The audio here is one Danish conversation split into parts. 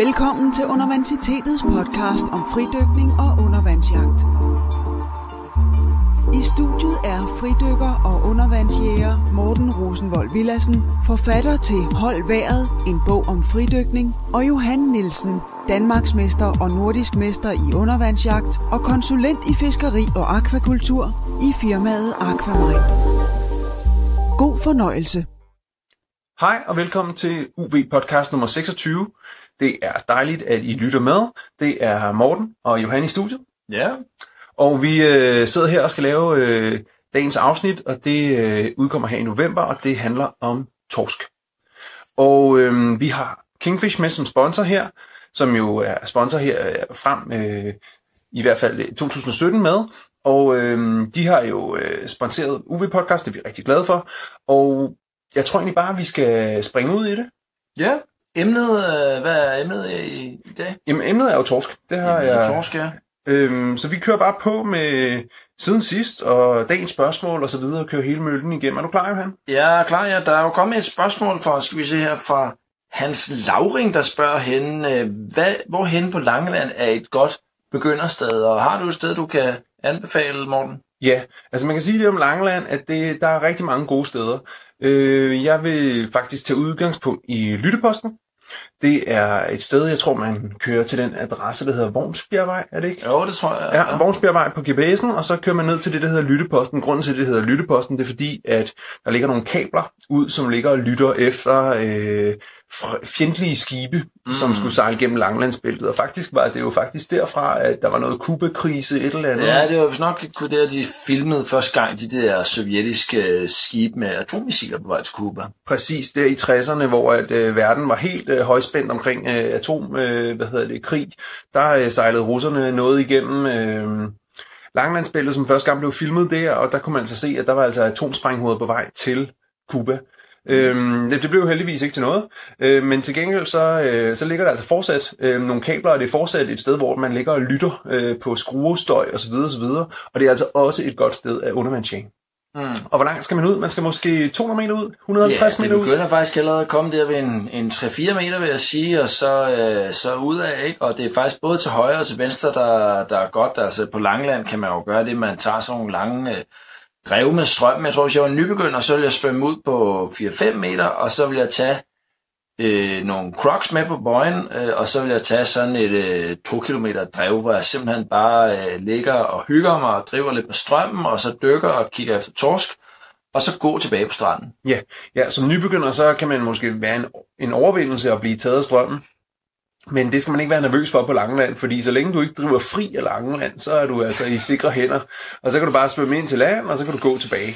Velkommen til Undervansitetets podcast om fridykning og undervandsjagt. I studiet er fridykker og undervandsjæger Morten Rosenvold Villadsen, forfatter til Hold Vejret, en bog om fridykning, og Johan Nielsen, Danmarksmester og nordisk mester i undervandsjagt og konsulent i fiskeri og akvakultur i firmaet Aquamarin. God fornøjelse. Hej og velkommen til UV podcast nummer 26. Det er dejligt, at I lytter med. Det er Morten og Johan i studiet. Ja. Og vi sidder her og skal lave dagens afsnit, og det udkommer her i november, og det handler om torsk. Og vi har Kingfish med som sponsor her, som jo er sponsor her frem i hvert fald 2017 med. Og de har jo sponsoreret UV-podcast, det er vi rigtig glade for. Og jeg tror egentlig bare, at vi skal springe ud i det. Ja. Hvad er emnet i dag? Jamen, emnet er jo torsk. Det har jeg. Torsk, ja. Så vi kører bare på med siden sidst, og dagens spørgsmål og så videre, og kører hele møllen igennem. Er du klar, Johan? Jeg er klar, ja. Der er jo kommet et spørgsmål skal vi se her, fra Hans Lauring, der spørger hende, hvorhen på Langeland er et godt begyndersted, og har du et sted, du kan anbefale, Morten? Ja, altså man kan sige det om Langeland, at der er rigtig mange gode steder. Jeg vil faktisk tage udgangspunkt i Lytteposten. Det er et sted, jeg tror, man kører til den adresse, der hedder Vognsbjergvej, er det ikke? Jo, det tror jeg. Ja, Vognsbjergvej på GPS'en, og så kører man ned til det, der hedder Lytteposten. Grunden til, det hedder Lytteposten, det er fordi, at der ligger nogle kabler ud, som ligger og lytter efter fjendtlige skibe, som skulle sejle gennem Langelandsbæltet. Og faktisk var det jo faktisk derfra, at der var noget Kuba-krise, et eller andet. Ja, det var nok der, de filmede første gang de der sovjetiske skibe med atommissiler på vej til Kuba. Præcis, der i 60'erne, hvor at verden var helt højspændt omkring krig. Der sejlede russerne noget igennem Langelandsbæltet, som første gang blev filmet der, og der kunne man altså se, at der var altså atomsprænghoveder på vej til Kuba. Det blev jo heldigvis ikke til noget, men til gengæld så ligger der altså fortsat nogle kabler, og det er fortsat et sted, hvor man ligger og lytter på skruestøj osv. og det er altså også et godt sted af undervandsjægning. Og hvor langt skal man ud? Man skal måske 200 meter ud, 150 meter ud. Det begynder faktisk allerede at komme der ved en 3-4 meter, vil jeg sige, og så ud af, ikke? Og det er faktisk både til højre og til venstre, der er godt. Altså på Langeland kan man jo gøre det, man tager sådan nogle lange drev med strøm. Jeg tror, hvis jeg var nybegynder, så ville jeg svømme ud på 4-5 meter, og så ville jeg tage nogle crocs med på bøjen, og så ville jeg tage sådan et 2 kilometer drev, hvor jeg simpelthen bare ligger og hygger mig og driver lidt med strømmen, og så dykker og kigger efter torsk, og så gå tilbage på stranden. Ja, som nybegynder, så kan man måske være en overvindelse at blive taget af strømmen. Men det skal man ikke være nervøs for på Langeland, fordi så længe du ikke driver fri af Langeland, så er du altså i sikre hænder. Og så kan du bare svømme ind til land, og så kan du gå tilbage.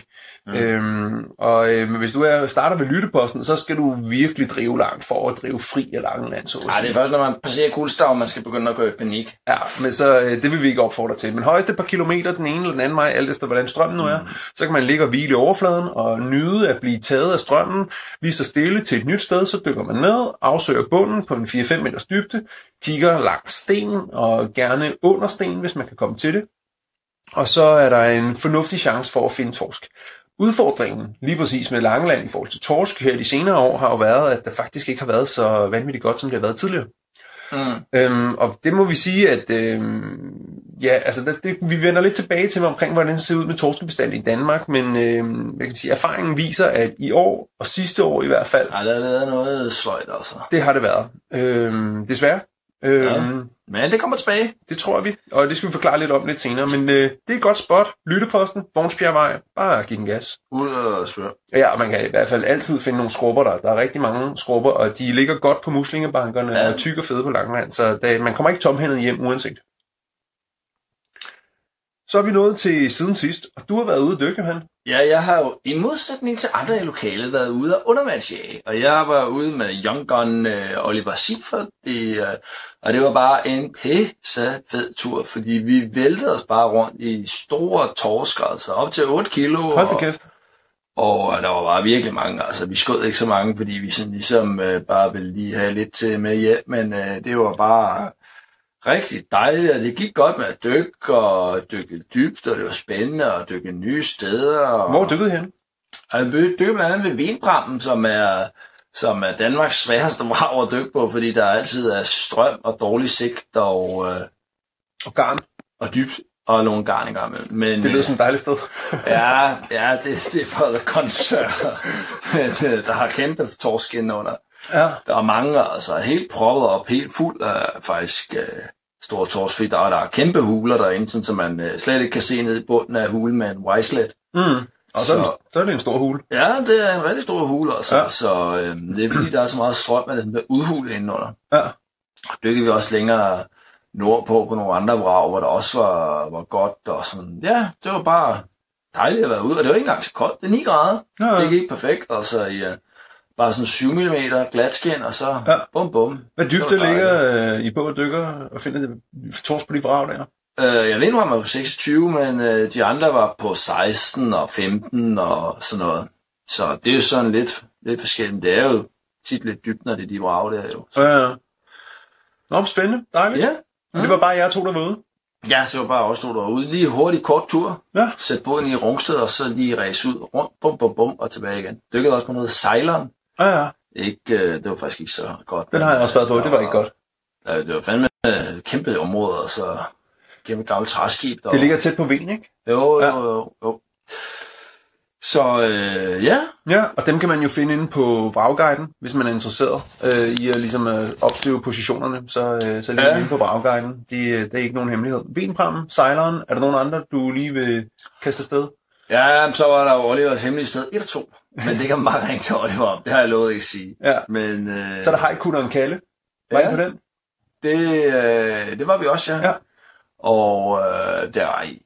Hvis du starter ved Lytteposten, så skal du virkelig drive langt for at drive fri af Langeland. Det er først, når man passerer Kuldstav, man skal begynde at gå i panik. Ja, men så det vil vi ikke opfordre til. Men højst et par kilometer den ene eller den anden vej, alt efter hvordan strømmen nu er, så kan man ligge og hvile i overfladen og nyde at blive taget af strømmen. Lige så stille til et nyt sted, så dykker man ned, afsøger bunden på en 4-5 meters dybde, kigger langs sten og gerne under sten, hvis man kan komme til det. Og så er der en fornuftig chance for at finde torsk. Udfordringen lige præcis med Langeland i forhold til torsk her de senere år har jo været, at der faktisk ikke har været så vanvittigt godt, som det har været tidligere. Og det må vi sige, at vi vender lidt tilbage til omkring, hvordan det ser ud med torskebestanden i Danmark, men jeg kan sige, erfaringen viser, at i år og sidste år i hvert fald... der har været noget sløjt, altså. Det har det været. Desværre. Men det kommer tilbage. Det tror vi, og det skal vi forklare lidt om lidt senere, men det er et godt spot. Lytteposten, Vognsbjergvej, bare giv den gas. Ud og spørge. Ja, man kan i hvert fald altid finde nogle skrubber der. Der er rigtig mange skrubber, og de ligger godt på muslingebankerne og tykke og fede på Langeland, så man kommer ikke tomhændet hjem uanset. Så er vi nået til siden sidst, og du har været ude at dykke, Johan. Ja, jeg har jo i modsætning til andre i lokalet været ude og undervandsjage, og jeg var ude med Young Gun Oliver Seifert, og det var bare en pisse fed tur, fordi vi væltede os bare rundt i store torsk, altså op til 8 kilo. Hold da kæft. Og der var bare virkelig mange, altså vi skød ikke så mange, fordi vi sådan ligesom bare ville lige have lidt til med hjem, men det var bare rigtig dejligt, og det gik godt med at dykke dybt, og det var spændende at dykke nye steder. Hvor dykkede hen? Jeg dykkede blandt andet ved Vinbrammen, som er som er Danmarks sværeste vrag at dykke på, fordi der altid er strøm og dårlig sigt og garn. Og dybt og nogle garn i gang med. Men, det lyder som et dejligt sted. ja, det er for koncert. Men der har kæmpe torsk indenunder. Ja. Der er mange, altså helt proppet op, helt fuld af faktisk store torsk, fordi der er kæmpe huler derinde, så man slet ikke kan se ned i bunden af hulen med en Wiselet. Og så er det en stor hule. Ja, det er en rigtig stor hule også, så det er fordi, der er så meget strøm af den der udhule indenunder. Ja. Og dykkede vi også længere nordpå på nogle andre vrag, hvor der også var godt og sådan. Ja, det var bare dejligt at være ude, og det var ikke engang så koldt. Det er 9 grader. Ja. Det gik perfekt, og så bare sådan 7 mm glatskin, og så bum. Hvad dybt det ligger I på at dykke og finde torsk på de vrag der? Jeg ved nu, at man var på 26, men de andre var på 16 og 15 og sådan noget. Så det er jo sådan lidt forskelligt. Det er jo tit lidt dybt, når det er de vrag der jo. Ja. Nå, spændende. Dejligt. Ja. Og det var bare jer to, der var ude? Ja, så var bare også to, der var ude. Lige hurtigt kort tur. Ja. Sæt båden i Rungsted, og så lige ræse ud rundt, bum, og tilbage igen. Dykkede også på noget sejleren. Ja. Det var faktisk ikke så godt. Den har jeg også været på. Det var ikke godt. Det var fandme kæmpe områder, og så kæmpe gammelt træskib. Det ligger tæt på Ven, ikke? Jo. Så Ja, og dem kan man jo finde inde på Vragguiden, hvis man er interesseret i at ligesom opstøve positionerne, så lige inde på Vragguiden. Det er ikke nogen hemmelighed. Venprammen, sejleren, er der nogen andre, du lige vil kaste afsted? Ja, så var der jo Olivers hemmelige sted 1 og 2, men det kan man bare ringe til Oliver om, det har jeg lovet ikke at sige. Ja. Men, så er der hajkutteren Kalle. Var I på den? Det var vi også, ja. Og det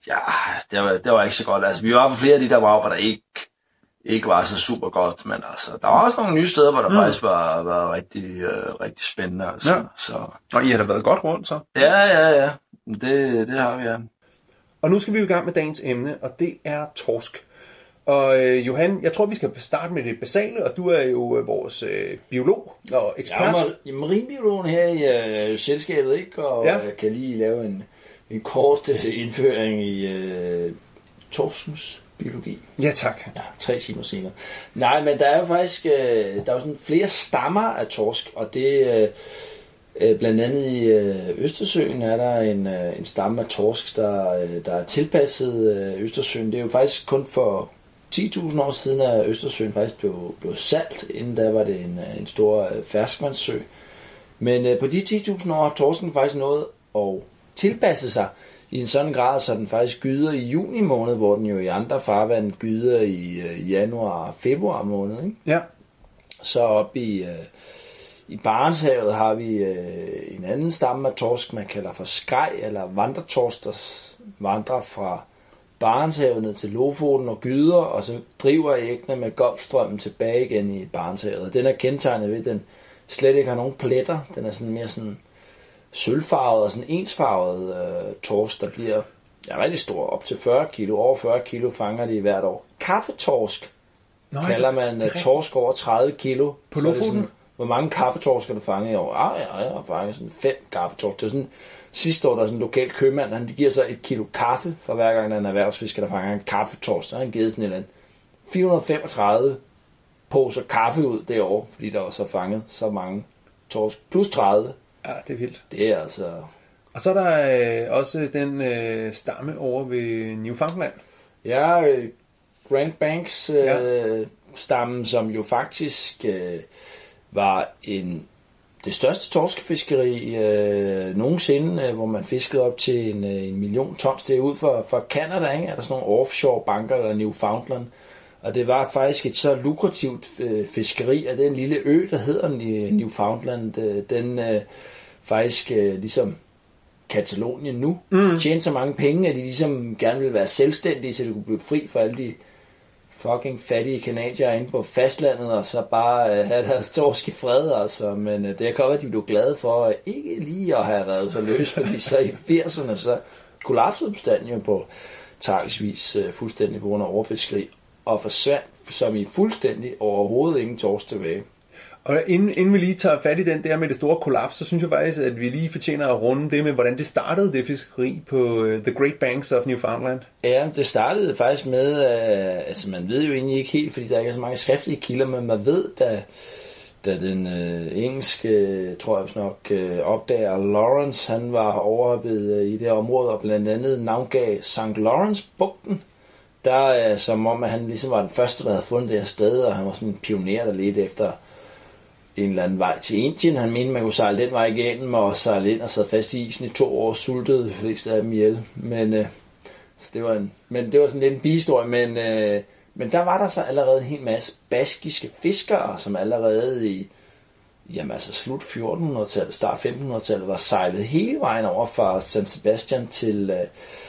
var ikke så godt. Altså, vi var på flere af de der vrag, hvor der ikke var så super godt, men altså, der var også nogle nye steder, hvor der faktisk var rigtig spændende. Altså. Ja. Så. Og I har da været godt rundt, så? Ja. Det har vi, ja. Og nu skal vi jo i gang med dagens emne, og det er torsk. Og Johan, jeg tror, vi skal starte med det basale, og du er jo vores biolog og ekspert. Jeg er marinbiologen her i selskabet, ikke? Og jeg kan lige lave en kort indføring i torskens biologi. Ja, tak. Ja, 3 timer senere. Nej, men der er jo faktisk der er sådan flere stammer af torsk, og det blandt andet i Østersøen er der en stamme af torsk, der er tilpasset Østersøen. Det er jo faktisk kun for 10.000 år siden, at Østersøen faktisk blev salt. Inden da var det en stor ferskvandssø. Men på de 10.000 år har torsken faktisk nået at tilpasse sig i en sådan grad, så den faktisk gyder i juni måned, hvor den jo i andre farvand gyder i januar og februar måned. Ikke? Ja. Så oppe i Barentshavet har vi en anden stamme af torsk, man kalder for skrej eller vandretorsk, der vandrer fra Barentshavet ned til Lofoten og gyder, og så driver æggene med Golfstrømmen tilbage igen i Barentshavet. Den er kendetegnet ved, at den slet ikke har nogen pletter. Den er sådan mere sådan sølvfarvet og sådan ensfarvet torsk, der bliver rigtig stor, op til 40 kilo. Over 40 kilo fanger de hvert år. Kaffetorsk kalder man torsk over 30 kilo. På Lofoten? Hvor mange kaffetorsk har du fanget i år? Jeg har fanget sådan 5 kaffetorsk. Det er sådan, sidste år der er sådan en lokal købmand, han giver så 1 kilo kaffe for hver gang der er en erhvervsfisker, der fanger en kaffetorsk. Så har han givet sådan et eller andet 435 poser kaffe ud det år, fordi der var så fanget så mange torsk. Plus 30. Ja, det er vildt. Det er altså... Og så er der også den stamme over ved Newfoundland. Ja, Grand Banks stammen, som jo faktisk var det største torskefiskeri nogensinde, hvor man fiskede op til 1 million tons. Det er ud for Canada, ikke? Er der sådan nogle offshore banker, eller Newfoundland. Og det var faktisk et så lukrativt fiskeri, at den lille ø, der hedder Newfoundland, den faktisk ligesom Katalonien nu, tjente så mange penge, at de ligesom gerne ville være selvstændige, så de kunne blive fri for alle de fucking fattige kanadier inde på fastlandet, og så bare have deres torsk i fred, altså. Men det kan godt være, at de blev glade for ikke lige at have revet sig løs, fordi så i 80'erne, så kollapsede bestanden jo på tragisk vis fuldstændig på grund af overfiskeri, og forsvandt som i fuldstændig overhovedet ingen torsk tilbage. Og inden vi lige tager fat i den der med det store kollaps, så synes jeg faktisk, at vi lige fortjener at runde det med, hvordan det startede, det fiskeri på The Great Banks of Newfoundland. Ja, det startede faktisk med, altså man ved jo egentlig ikke helt, fordi der ikke er så mange skriftlige kilder, men man ved, da den engelske, tror jeg nok, opdager Lawrence, han var over ved, i det område, og blandt andet navngav St. Lawrence-bugten, der som om, at han ligesom var den første, der havde fundet det her sted, og han var sådan en pioner, der ledte efter en eller anden vej til Indien. Han mente, man kunne sejle den vej igennem, og sejle ind og sad fast i isen i 2 år, sultede de fleste af dem ihjel. Så det var sådan lidt en bihistorie, men der var der så allerede en hel masse baskiske fiskere, som allerede i slut 1400-tallet, start 1500-tallet, var sejlet hele vejen over fra San Sebastian til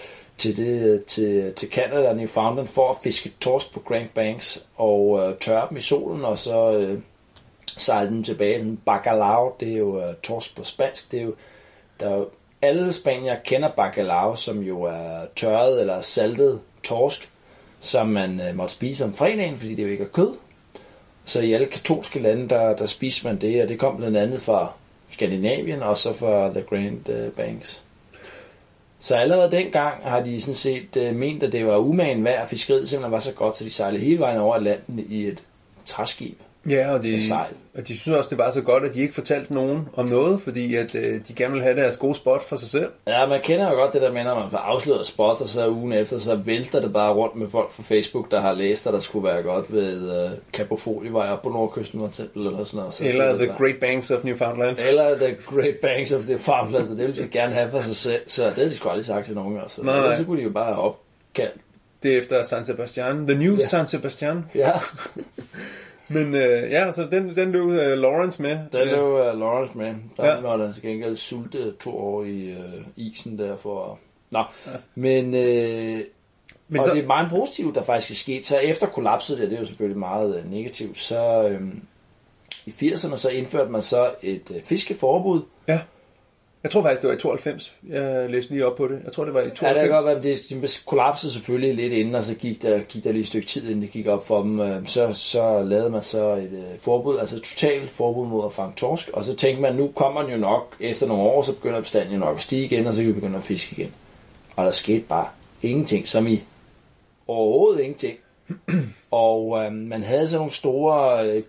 Canada, Newfoundland, for at fiske torsk på Grand Banks og tørre dem i solen, og så sejle dem tilbage. Bacalao, det er jo torsk på spansk. Det er jo alle spaniere kender bacalao, som jo er tørret eller saltet torsk, som man måtte spise om fredagen, fordi det jo ikke er kød. Så i alle katolske lande, der spiser man det, og det kom blandt andet fra Skandinavien, og så fra The Grand Banks. Så allerede dengang har de sådan set ment, at det var umagen værd, at fiskeriet simpelthen var så godt, så de sejlede hele vejen over Atlanten i et træskib. Ja, og de synes også, det var så godt, at de ikke fortalte nogen om noget, fordi at de gerne ville have deres gode spot for sig selv. Ja, man kender jo godt det der med, når man får afsløret spot, og så ugen efter, så vælter det bare rundt med folk fra Facebook, der har læst, at der skulle være godt ved Capofolievej op på Nordkysten, for eksempel, eller sådan noget. Så eller The Great Banks of Newfoundland. Eller The Great Banks of Newfoundland, så det ville de gerne have for sig selv, så det havde de sgu aldrig sagt til nogen. Altså. Nej. Så kunne de jo bare have opkaldt. Det er efter San Sebastian. The New San Sebastian. Ja. Men så den løb Lawrence med. Den løb Lawrence med. Der var der til gengæld sulte 2 år i isen der for... Nå, ja. Men og så... det er meget positivt, der faktisk er sket. Så efter kollapset, det er jo selvfølgelig meget negativt, så i 80'erne så indførte man så et fiskeforbud. Ja. Jeg tror faktisk, det var i 92. Jeg læste lige op på det. Jeg tror, det var i 92. Ja, det kan godt være, det kollapsede selvfølgelig lidt inden, og så gik der lige et stykke tid, inden det gik op for dem. Så lavede man så et forbud, altså et totalt forbud mod at fange torsk. Og så tænkte man, nu kommer man jo nok, efter nogle år, så begynder bestanden jo nok at stige igen, og så kan vi begynde at fiske igen. Og der skete bare ingenting, som i overhovedet ingenting. Og man havde så nogle store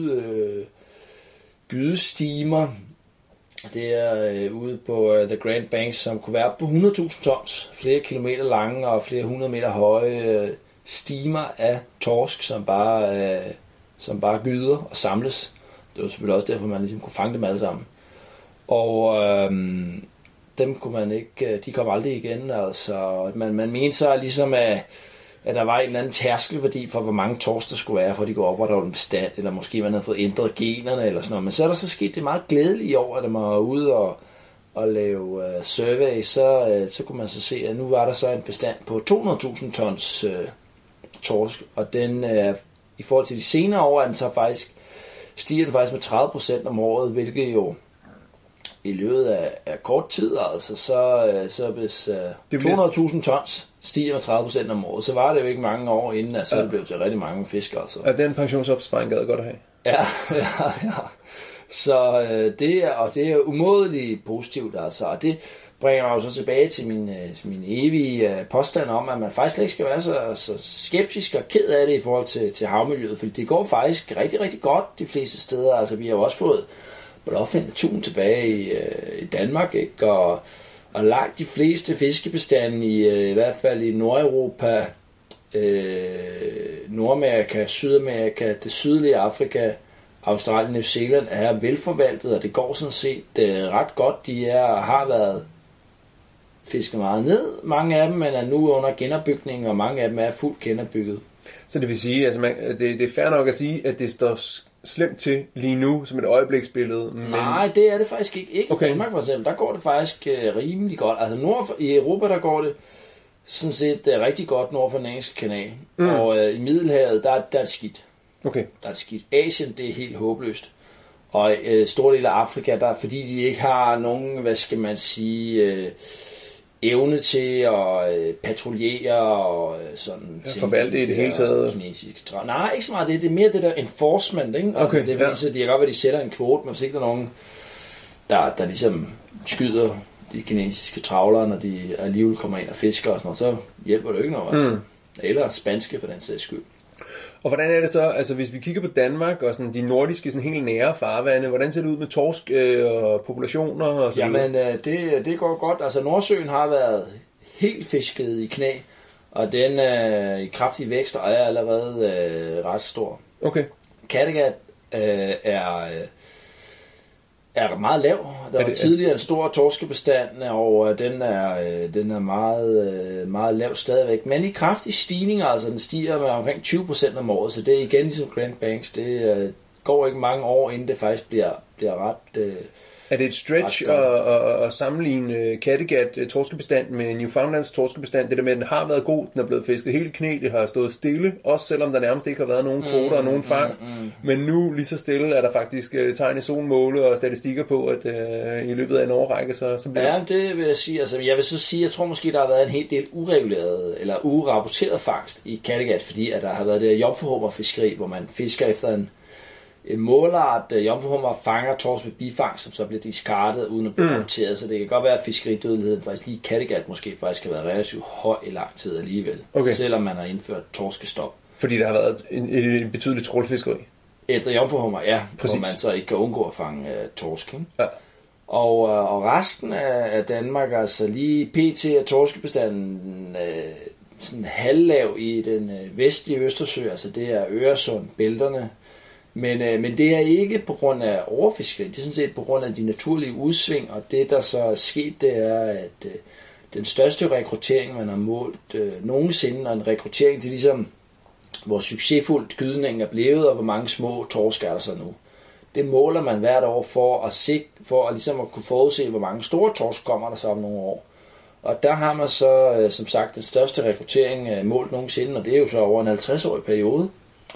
gydestimer. Det er ude på The Grand Banks, som kunne være på 100.000 tons, flere kilometer lange og flere 100 meter høje stimer af torsk, som bare gyder og samles. Det var selvfølgelig også derfor, man ligesom kunne fange dem alle sammen. Og dem kunne man ikke, de kom aldrig igen. Altså, man mente så ligesom, at der var en eller anden tærskelværdi for, hvor mange torsk der skulle være, for at de kunne opretholde en bestand, eller måske man havde fået ændret generne, eller sådan noget. Men så er der så sket det meget glædelige år, at man var ude og lave survey, så kunne man så se, at nu var der så en bestand på 200.000 tons torsk, og den i forhold til de senere år, er den så faktisk, stiger den faktisk med 30% om året, hvilket jo i løbet af kort tid, altså, så hvis 200.000 tons stiger med 30% om året, så var det jo ikke mange år inden, at så det blev til rigtig mange fiskere. Altså. Ja, den pensionsopsparing gad godt at have. Ja. Så det er umådeligt positivt, altså, og det bringer mig jo så tilbage til min evige påstand om, at man faktisk slet ikke skal være så skeptisk og ked af det i forhold til havmiljøet, fordi det går faktisk rigtig, rigtig godt de fleste steder. Altså, vi har jo også fået blåfindetun tilbage i Danmark, ikke? Og langt de fleste fiskebestande i hvert fald i Nordeuropa, Nordamerika, Sydamerika, det sydlige Afrika, Australien, New Zealand er velforvaltet, og det går sådan set ret godt. De har været fisket meget ned, mange af dem, men er nu under genopbygning, og mange af dem er fuldt genopbygget. Så det vil sige, altså det er fair nok at sige, at det står slemt til lige nu, som et øjebliksbillede. Men... Nej, det er det faktisk ikke. Ikke okay. I Danmark for eksempel, der går det faktisk rimelig godt. Altså i Europa, der går det sådan set rigtig godt nord for den engelske kanal. Og i Middelhavet, der er det skidt. Okay. Der er det skidt. Asien, det er helt håbløst. Og store dele af Afrika, der fordi de ikke har nogen, hvad skal man sige... evne til at patruljere og sådan... Ja, forvalte i det hele taget. Nej, ikke så meget det. Det er mere det der enforcement, ikke? Altså, okay, det er fordi, så de kan godt være, de sætter en kvote, men hvis ikke der er nogen, der ligesom skyder de kinesiske travlere, når de alligevel kommer ind og fisker og sådan noget, så hjælper det ikke noget. Altså. Eller spanske for den sags skyld. Og hvordan er det så, altså hvis vi kigger på Danmark og sådan de nordiske sådan helt nære farvande, hvordan ser det ud med torsk og populationer og så videre? Jamen det går godt. Altså Nordsøen har været helt fisket i knæ, og den er i kraftig vækst og er allerede ret stor. Okay. Kattegat er meget lav. Der var tidligere en stor torskebestand, og den er meget lav stadigvæk. Men i kraftig stigning, altså den stiger med omkring 20% om året, så det er igen ligesom Grand Banks. Det går ikke mange år, inden det faktisk bliver ret... Er det et stretch at sammenligne Kattegat torskebestand med Newfoundlands torskebestand? Det der med, at den har været god, den er blevet fisket helt i knæ, det har stået stille, også selvom der nærmest ikke har været nogen kvoter og nogen fangst. Men nu lige så stille er der faktisk tegn i solmåle og statistikker på, at i løbet af en årrække, så bliver Ja, det vil jeg sige. Altså, jeg vil så sige, jeg tror måske, der har været en hel del ureguleret eller urapporteret fangst i Kattegat, fordi at der har været det jomfruhummerfiskeri, hvor man fisker efter en målart jomfruhummer fanger torsk ved bifangst, som så bliver diskardet uden at blive rapporteret, så det kan godt være, at fiskeridødeligheden faktisk lige i Kattegat måske faktisk har været relativt høj i lang tid alligevel, selvom man har indført torskestop. Fordi der har været en betydelig trawlfiskeri. Efter jomfruhummer, ja, præcis. hvor man så ikke kan undgå at fange torsk. Ikke? Ja. Og resten af Danmark, altså lige pt. Er torskebestanden sådan halvlav i den vestlige Østersø, altså det er Øresund, bælterne. Men det er ikke på grund af overfiskeri, det er sådan set på grund af de naturlige udsving, og det der så er sket, det er, at den største rekruttering, man har målt nogensinde, og en rekruttering til ligesom, hvor succesfuldt gydningen er blevet, og hvor mange små torsk er der så nu. Det måler man hvert år for at ligesom at kunne forudse, hvor mange store torsk kommer der så om nogle år. Og der har man så, som sagt, den største rekruttering målt nogensinde, og det er jo så over en 50-årig periode.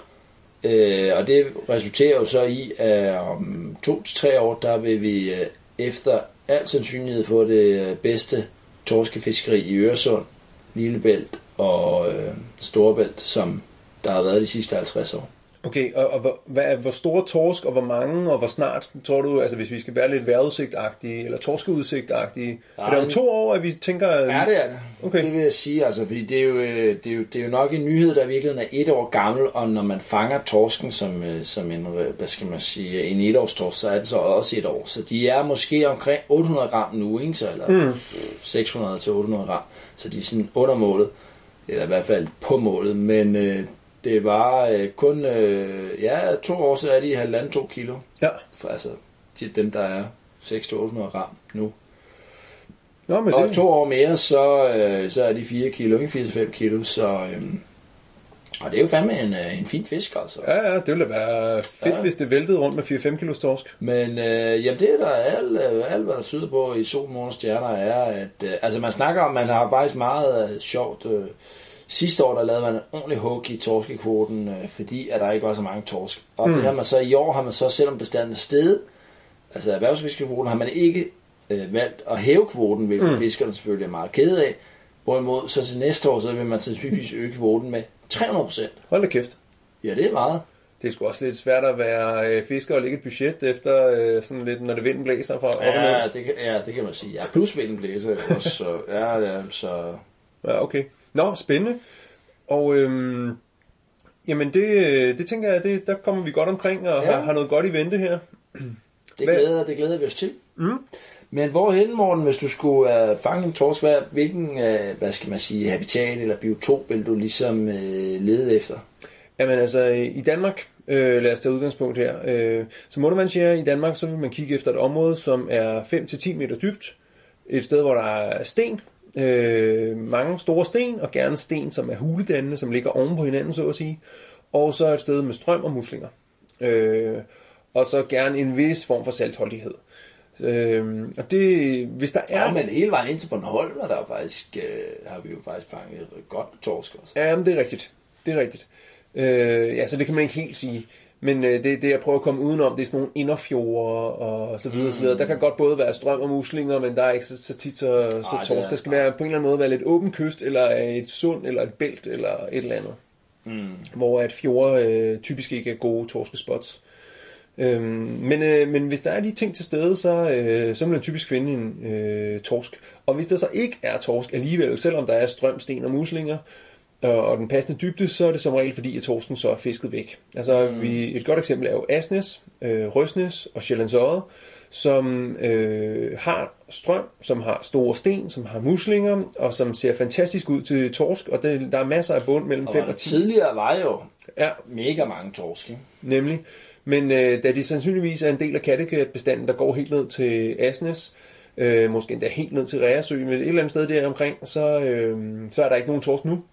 Og det resulterer jo så i, at om 2-3 år, der vil vi efter al sandsynlighed få det bedste torskefiskeri i Øresund, Lillebælt og Storebælt, som der har været de sidste 50 år. Okay, og hvor store torsk, og hvor mange, og hvor snart, tror du, altså hvis vi skal være lidt vejrudsigtagtige, eller torskeudsigtagtige, er det om 2 år, at vi tænker... Ja, det er det. Okay. Det vil jeg sige, altså, fordi det er jo nok en nyhed, der virkelig er 1 år gammel, og når man fanger torsken som en, hvad skal man sige, en 1-årstorsk, så er det så også 1 år. Så de er måske omkring 800 gram nu, ikke så, eller 600 til 800 gram, så de er sådan under målet, eller i hvert fald på målet, men... det var kun 2 år, så er de 1,5-2 kilo. Ja. For, altså til dem, der er 600-800 gram nu. Nå, men og det... 2 år mere, så er de 4 kilo, ikke 4-5 kilo, så... og det er jo fandme en fin fisk, altså. Ja, det ville da være fedt, hvis det væltede rundt med 4-5 kilos torsk. Men jamen det der er alt, hvad der tyder på i sol, måne og stjerner, er, at... altså man snakker om, man har faktisk meget sjovt... Sidste år, der lavede man en ordentlig hug i torskekvoten, fordi at der ikke var så mange torsk. Og det har man så i år, har man så, selvom bestanden er steget, altså erhvervsfiskekvoten, har man ikke valgt at hæve kvoten, hvilket fiskerne selvfølgelig er meget kede af. Hvorimod, så til næste år, så vil man sandsynligvis øge kvoten med 300%. Hold da kæft. Ja, det er meget. Det er sgu også lidt svært at være fisker og lægge et budget efter sådan lidt, når det vinden blæser fra op og ned. Det kan man sige. Ja, plus vinden blæser også. Så. Ja, okay. Nå, spændende. Og jamen det tænker jeg, der kommer vi godt omkring og har noget godt i vente her. Det glæder vi os til. Men hvorhen, Morten, hvis du skulle fange en torsk, hvilken hvad skal man sige, habitat eller biotop vil du ligesom lede efter? Jamen altså i Danmark, lad os tage udgangspunkt her, så mundervandsjæger i Danmark, så vil man kigge efter et område, som er 5-10 meter dybt. Et sted, hvor der er sten. Mange store sten, og gerne sten, som er huledannende, som ligger oven på hinanden, så at sige. Og så et sted med strøm og muslinger. Og så gerne en vis form for saltholdighed. Og det, hvis der er... Ja, men hele vejen ind til Bornholm, og der er faktisk, har vi jo faktisk fanget godt torsk også. Ja, men det er rigtigt. Ja, så det kan man ikke helt sige. Men det jeg prøver at komme udenom, det er sådan nogle inderfjorde og så videre, så videre. Der kan godt både være strøm og muslinger, men der er ikke så tit så torsk. Der skal være på en eller anden måde være lidt åben kyst, eller et sund, eller et bælt, eller et eller andet. Hvor at fjorde typisk ikke er gode torskespots. Men hvis der er de ting til stede, så vil man typisk finde en torsk. Og hvis der så ikke er torsk alligevel, selvom der er strøm, sten og muslinger, og den passende dybde, så er det som regel fordi, at torsken så er fisket væk. Altså et godt eksempel er jo Asnes, Røsnes og Sjællands Odde, som har strøm, som har store sten, som har muslinger, og som ser fantastisk ud til torsk, og der er masser af bund mellem 5 og 10. Tidligere var jo mega mange torsk, ikke? Nemlig. Men da de sandsynligvis er en del af Kattegat-bestanden, der går helt ned til Asnes, måske endda helt ned til Reersø, men et eller andet sted der omkring, så er der ikke nogen torsk nu.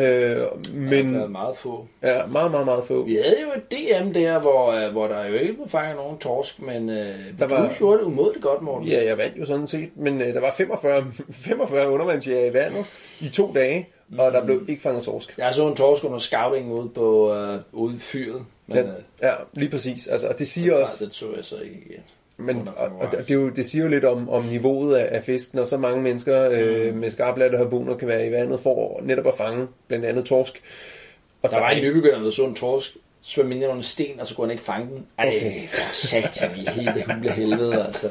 Men der er meget få. Ja, meget få. Vi havde jo et DM der, hvor der jo ikke blev fanget nogen torsk, men du gjorde det umådeligt godt, Morten. Ja, jeg vandt jo sådan set, men der var 45 undervandsjæger i vandet i 2 dage, og der blev ikke fanget torsk. Jeg så en torsk under scouting ude i fyret. Men, ja, lige præcis. Altså, det siger også... Det så jeg så ikke igen. Men det siger jo lidt om niveauet af fisk, når så mange mennesker med skarplatte harpuner kan være i vandet for netop at fange blandt andet torsk. Og der var en nybegynder, der så en torsk svømme ind i nogle sten, og så kunne han ikke fange den. Ej, for satan i hele hule helvede, altså.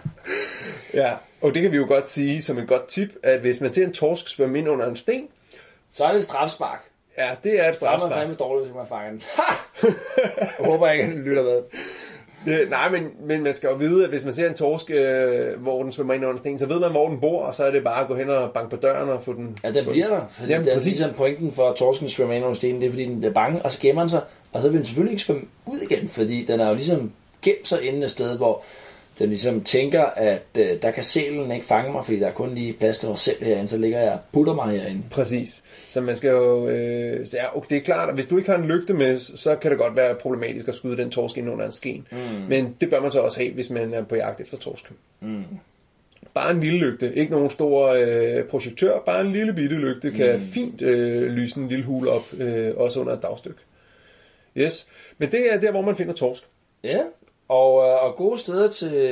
Ja, og det kan vi jo godt sige som et godt tip, at hvis man ser en torsk svømme ind under en sten, så er det et strafspark. Ja, det er et strafspark. Så er man fandme dårligt, hvis man fanger den. Jeg håber ikke, at den lytter med. Nej, men man skal jo vide, at hvis man ser en torsk, hvor den svømmer ind under en sten, så ved man, hvor den bor, og så er det bare at gå hen og banke på døren og få den... Ja, den bliver der. Jamen, det er ligesom pointen for, at torsken svømmer ind under stenen, det er, fordi den bliver bange, og så gemmer den sig, og så vil den selvfølgelig ikke svømme ud igen, fordi den er jo ligesom gemt sig inde et sted, hvor den ligesom tænker, at der kan sælen ikke fange mig, fordi der er kun lige plads til mig selv herinde, så ligger jeg og putter mig herinde. Præcis. Så man skal jo... ja, okay, det er klart, at hvis du ikke har en lygte med, så kan det godt være problematisk at skyde den torsk ind under en sken. Men det bør man så også have, hvis man er på jagt efter torsk. Bare en lille lygte. Ikke nogen stor projektør, bare en lille bitte lygte kan fint lyse en lille hule op, også under et dagstykke. Yes. Men det er der, hvor man finder torsk. Ja. Og gode steder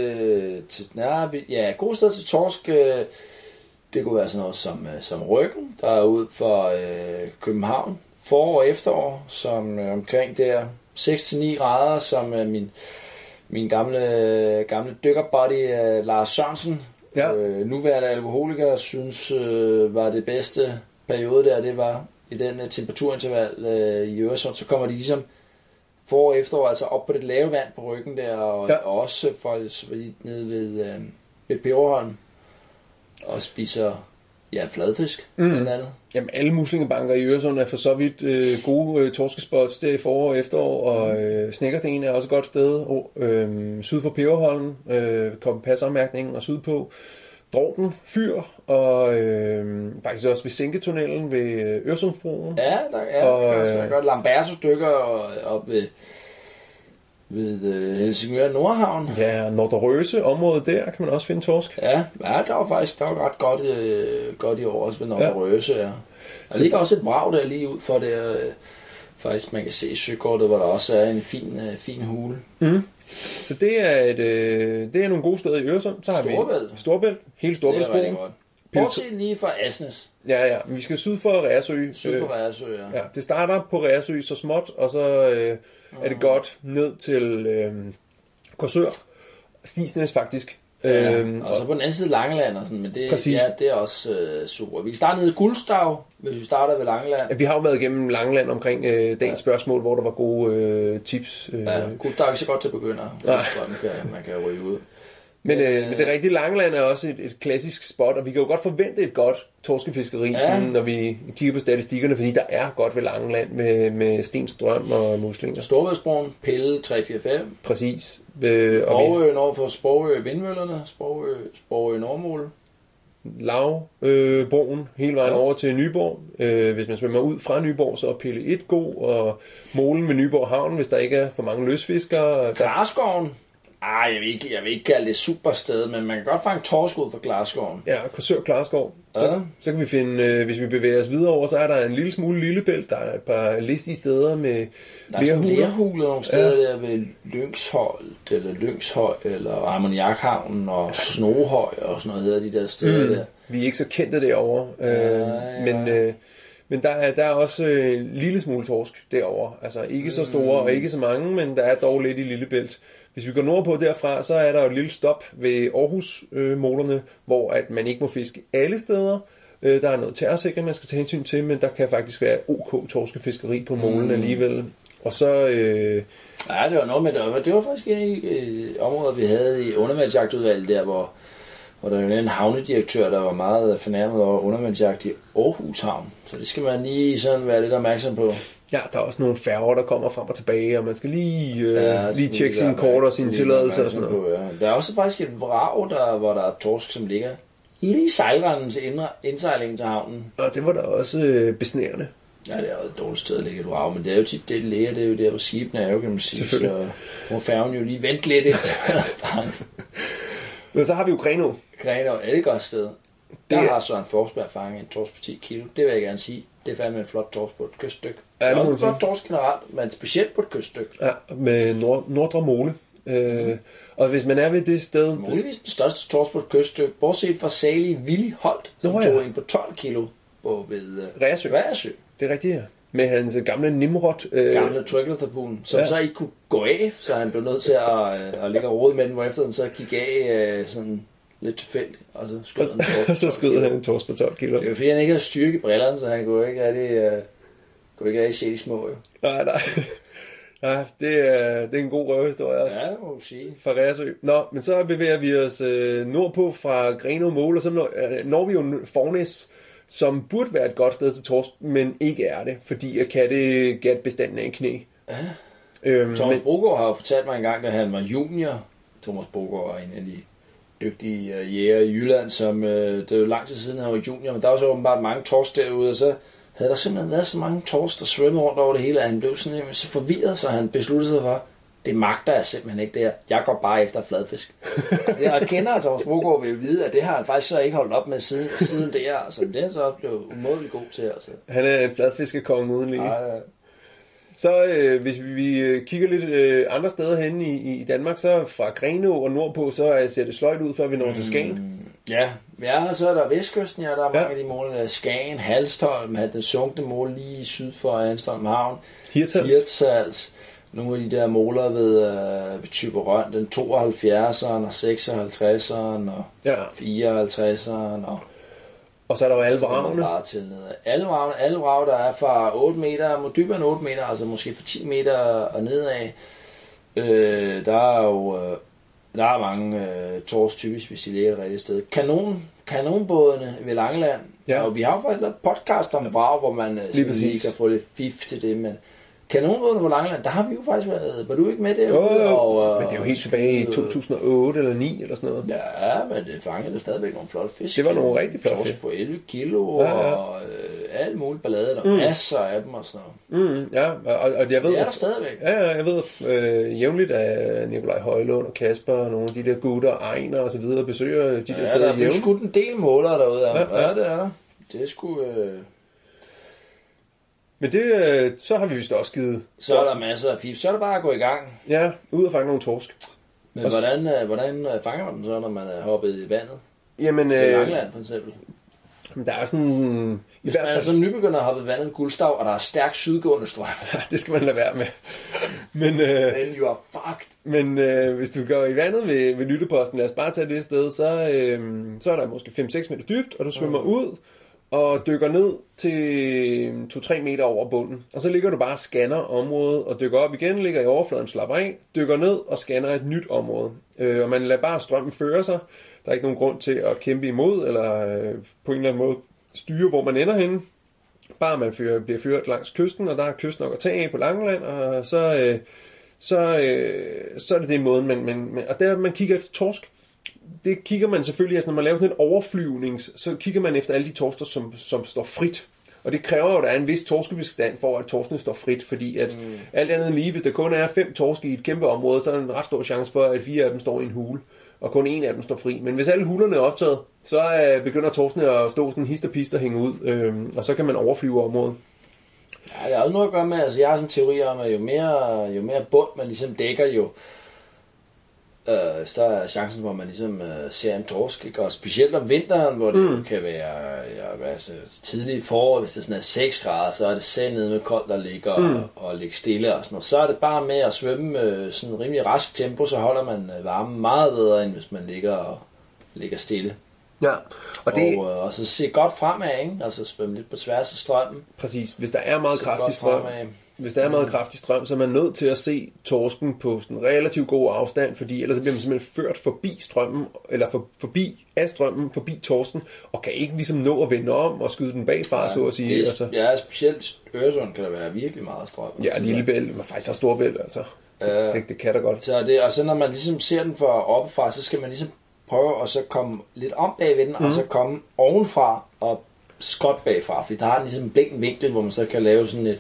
gode steder til torsk, det kunne være sådan noget som Ryggen, der er ud for København, forår og efterår, som omkring der 6-9 grader, som min gamle dykkerbuddy Lars Sørensen, nuværende alkoholiker, synes var det bedste periode der, det var i den temperaturinterval i Øresund, så kommer de ligesom forår og efterår, altså op på det lave vand på Ryggen der, og også faktisk nede ved Peberholm, og spiser fladfisk, blandt andet. Jamen, alle muslingebanker i Øresund er for så vidt gode torskespots der i forår og efterår, og Snekkersten er også et godt sted, syd for Peberholm, kompasafmærkningen og sydpå. Dråten, Fyr, og faktisk også ved Sænketunnelen ved Øresundsbroen. Ja, der er godt Lamberto-stykker op ved Helsingør Nordhavn. Ja, Nordrøse området der kan man også finde torsk. Ja, der var faktisk ret godt i år også ved Nordrøse. Ja. Og der ligger også et vrag der lige ud for der. Faktisk man kan se i søkortet, hvor der også er en fin hule. Så det er nogle gode steder i Øresund. Så har vi Storebælt, hele Storebæltsbroen. Bortset lige fra Asnes. Ja, vi skal syd for Reersø. Syd for Reersø, ja. Det starter på Reersø så småt, og så er det godt ned til Korsør. Stisnes faktisk. Og så på den anden side Langeland og sådan, men det er også super. Vi kan starte ned i Guldstav, hvis vi starter ved Langeland. Ja, vi har jo været igennem Langeland omkring dagens spørgsmål, hvor der var gode tips. Guldstav er ikke så godt til at begynde. Man kan ryge ud. Men det rigtige Langeland er også et klassisk spot, og vi kan jo godt forvente et godt torskefiskeri, sådan, når vi kigger på statistikkerne, fordi der er godt ved Langeland med stenstrøm og muslinger. Storebæltsbroen, Pille 345. Præcis. Sprogø nord for Sprogø Vindmøllerne, Sprogø Nordmål. Broen hele vejen over til Nyborg. Hvis man svømmer ud fra Nyborg, så er Pille 1 god, og Molen ved Nyborg Havn, hvis der ikke er for mange løsfiskere. Glasskoven. Jeg vil ikke kalde det supersted, men man kan godt fange torsk ud fra Glasskoven. Ja, Korsør Klarskov. Så kan vi finde, hvis vi bevæger os videre over, så er der en lille smule Lillebælt. Der er et par listige steder med lerhuler nogle steder der ved Lyngshøj, eller Ammoniakhavnen og Snohøj og sådan noget hedder de der steder der. Vi er ikke så kendte derovre, men der er også en lille smule torsk derovre. Altså ikke så store og ikke så mange, men der er dog lidt i Lillebælt. Hvis vi går nordpå derfra, så er der jo et lille stop ved Aarhus-målerne, hvor at man ikke må fiske alle steder, Der er noget terrorsikring, man skal tage hensyn til, men der kan faktisk være OK torskefiskeri på molen alligevel. Og så... Ja, det var noget med det. Det var faktisk et område, vi havde i undervandsjagtudvalget der, hvor der var en havnedirektør, der var meget fornærmet over undervandsjagt i Aarhus Havn. Så det skal man lige sådan være lidt opmærksom på. Ja, der er også nogle færger, der kommer frem og tilbage, og man skal lige tjekke sine kort og sine tilladelser og sådan noget. På, ja. Der er også faktisk et vrag, hvor der er torsk, som ligger lige sejlranden til indsejlingen til havnen. Og det var da også besnærende. Ja, det er jo et dårligt sted at ligge et vrag, men det er jo tit det ligger, det er jo der, hvor skibene er jo, kan man sige. Så må færgen jo lige vente lidt. Men så har vi jo Grenaa. Grenaa er et godt sted. Der har Søren Forsberg fanget en torsk på 10 kilo. Det vil jeg gerne sige. Det er fandme en flot torsk på et kyststykke. Ja, det er også en flot torsk generelt, men specielt på et kyststykke. Ja, med Nordre Mole. Og hvis man er ved det sted... Muligvis den største torsk på et kyststykke, bortset fra salig Willy Holt, som tog en på 12 kilo ved Reersø. Det er rigtigt, ja. Med hans gamle Nimrod. Gamle Triggerthabun, som så ikke kunne gå af, så han blev nødt til at ligge og rode med den, hvor efter den så gik af sådan lidt tilfældigt, og så skød han en torsk. Så skød han en torsk på 12 kilo. Det er jo fordi, han ikke havde styrke i brillerne, så han kunne ikke rigtig se de små. Jo. Nej. Ja, det er en god røverhistorie også. Ja, det må du sige. Fra Reersø. Nå, men så bevæger vi os nordpå fra Grenaa Mole, og så når vi jo Fornæs, som burde være et godt sted til torsk, men ikke er det, fordi kattegatbestanden er en knæ. Ja. Thomas Brogaard har jo fortalt mig en gang, da han var junior. Thomas Brogaard var en af de dygtige jæger i Jylland, som det er jo lang tid siden, han var junior, men der var så åbenbart mange torsk derude, og så havde der simpelthen været så mange torsk, der svømmede rundt over det hele, at han blev sådan så forvirret, så han besluttede sig for, det magter jeg simpelthen ikke det her. Jeg går bare efter fladfisk. Og kender Thomas Brogaard vil vide, at det har han faktisk så ikke holdt op med siden det her. Altså, det er så blevet umådeligt god til. Altså. Han er en fladfiskekonge uden lige. Ja. Så hvis vi kigger lidt andre steder hen i Danmark, så fra Grenaa og nordpå, så ser det sløjt ud, før vi når til Skagen. Ja, så er der Vestkysten, der er mange af de mål. Skagen, Halstholm, den sunkne mål lige syd for Hanstholm Havn. Hirtshals. Nogle af de der måler ved Thyborøn, den 72'eren og 56'eren og 54'eren og så er der jo alle vragene. Alle vrag, der er fra 8 meter, må dybere end 8 meter, altså måske fra 10 meter og nedad. Der er mange torsk typisk, hvis de ligger et rigtigt sted. Kanonbådene ved Langeland. Ja. Og vi har jo faktisk lavet podcast om vrag, hvor man lige kan få lidt fif til det, men kanonbådene på Langeland, der har vi jo faktisk været... Var du ikke med derude? Men det er jo helt tilbage i 2008 eller 9 eller sådan noget. Ja, men det fangede det stadigvæk nogle flotte fisk. Det var nogle rigtig flotte fisk. På 11 kilo og alt muligt ballade. Der masser af dem og sådan noget. Ja, og jeg ved... Det er der stadigvæk. Ja, jeg ved jævnligt af Nikolaj Højlund og Kasper og nogle af de der gutter, Ejner og så videre besøger de der steder jævnligt. Ja, der er skudt en del målere derude. Ja, det er der. Det er sgu... Men det, så har vi vist også givet... Så er der masser af fif. Så er det bare at gå i gang. Ja, ud og fange nogle torsk. Men hvordan fanger man dem så, når man er hoppet i vandet? Jamen... I Langeland, for eksempel. Der er sådan... Hvis man er sådan nybegynder at hoppe i vandet med guldstav, og der er stærk sydgående strøm. Det skal man lade være med. Men then you are fucked. Men hvis du går i vandet ved Lytteposten, lad os bare tage det sted, så er der måske 5-6 meter dybt, og du svømmer ud og dykker ned til 2-3 meter over bunden. Og så ligger du bare og scanner området, og dykker op igen, ligger i overfladen, slapper af, dykker ned og scanner et nyt område. Og man lader bare strømmen føre sig. Der er ikke nogen grund til at kæmpe imod, eller på en eller anden måde styre, hvor man ender henne. Bare man bliver ført langs kysten, og der er kyst nok at tage af på Langeland, og så er det den måde, og der man kigger efter torsk. Det kigger man selvfølgelig, altså når man laver sådan en overflyvning, så kigger man efter alle de torsker, som står frit. Og det kræver jo, at der er en vis torskebestand for, at torskene står frit, fordi at alt andet lige, hvis der kun er 5 torske i et kæmpe område, så er der en ret stor chance for, at 4 af dem står i en hule, og kun 1 af dem står fri. Men hvis alle hulerne er optaget, så begynder torskene at stå sådan hist og pist og hænge ud, og så kan man overflyve området. Ja, det har også noget at gøre med, altså jeg har sådan en teori om, at jo mere bund man ligesom dækker, jo større er chancen, hvor man ligesom ser en torsk, ikke? Og specielt om vinteren, hvor det kan være tidligt forår, hvis det sådan er 6 grader, så er det selv nede med koldt, der ligger og ligger stille og sådan noget. Så er det bare med at svømme sådan en rimelig rask tempo, så holder man varmen meget bedre, end hvis man ligger stille. Ja, og så se godt fremad, ikke? Altså svømme lidt på tværs af strømmen. Præcis. Hvis der er meget kraftig strøm, så er man nødt til at se torsken på sådan en relativt god afstand, fordi ellers bliver man simpelthen ført forbi strømmen, eller forbi strømmen, torsken, og kan ikke ligesom nå at vende om og skyde den bagfra, så at sige. Ja, specielt Øresund kan der være virkelig meget strøm. Ja, Lillebælt, men faktisk også Storebælt, altså. Det kan der godt. Og så når man ligesom ser den fra oppefra, så skal man ligesom prøve at så komme lidt om bagved den, og så komme ovenfra og skot bagfra, fordi der har den ligesom en blinken vinkel, hvor man så kan lave sådan et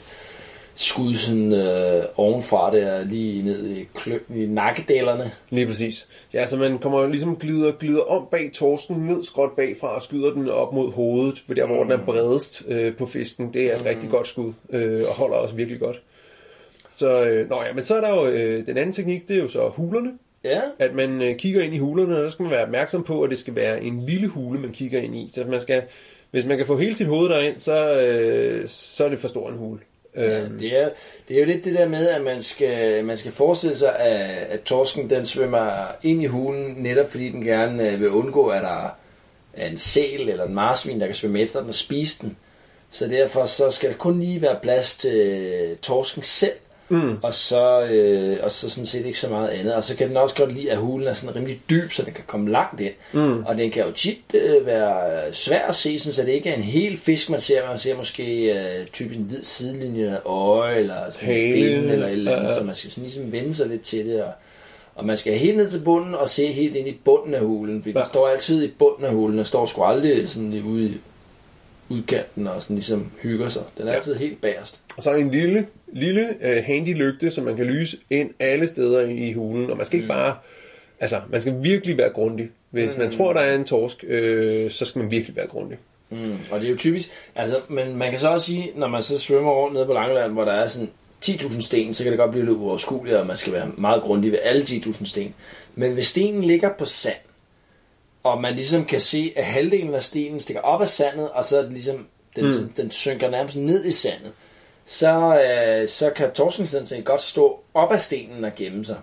skud sådan ovenfra der, lige ned i nakkedælerne. Lige præcis. Ja, så man kommer ligesom glider om bag torsken, ned skråt bagfra og skyder den op mod hovedet, for der hvor den er bredest på fisken. Det er et rigtig godt skud, og holder også virkelig godt. Så, men så er der jo den anden teknik, det er jo så hulerne. Ja. At man kigger ind i hulerne, og der skal man være opmærksom på, at det skal være en lille hule, man kigger ind i. Så hvis man kan få hele sit hoved derind, så er det for stor en hule. Ja, det er jo lidt det der med, at man skal forestille sig, at torsken den svømmer ind i hulen, netop fordi den gerne vil undgå, at der er en sæl eller en marsvin, der kan svømme efter den og spise den. Så derfor så skal der kun lige være plads til torsken selv, og så sådan set ikke så meget andet. Og så kan den også godt lide, at hulen er sådan rimelig dyb, så den kan komme langt ind. Og den kan jo tit være svær at se, så det ikke er en hel fisk, man ser. Man ser måske typisk en hvid sidelinje, øje, eller sådan en fin, eller et eller andet, så man skal sådan ligesom vende sig lidt til det. Og man skal helt ned til bunden og se helt ind i bunden af hulen, fordi den står altid i bunden af hulen, og står sgu aldrig sådan ude i udkanten og sådan ligesom hygger sig. Den er altid helt bagerst. Og så er en lille handy lygte, som man kan lyse ind alle steder i hulen, og man skal ikke bare, altså man skal virkelig være grundig. Hvis man tror, der er en torsk, så skal man virkelig være grundig. Og det er jo typisk, altså, men man kan så også sige, når man så svømmer rundt nede på Langeland, hvor der er sådan 10.000 sten, så kan det godt blive lidt uoverskueligt, og man skal være meget grundig ved alle 10.000 sten. Men hvis stenen ligger på sand, og man ligesom kan se, at halvdelen af stenen stikker op af sandet, og så er det ligesom, den synker nærmest ned i sandet, så kan torsken sådan godt stå op af stenen og gemme sig.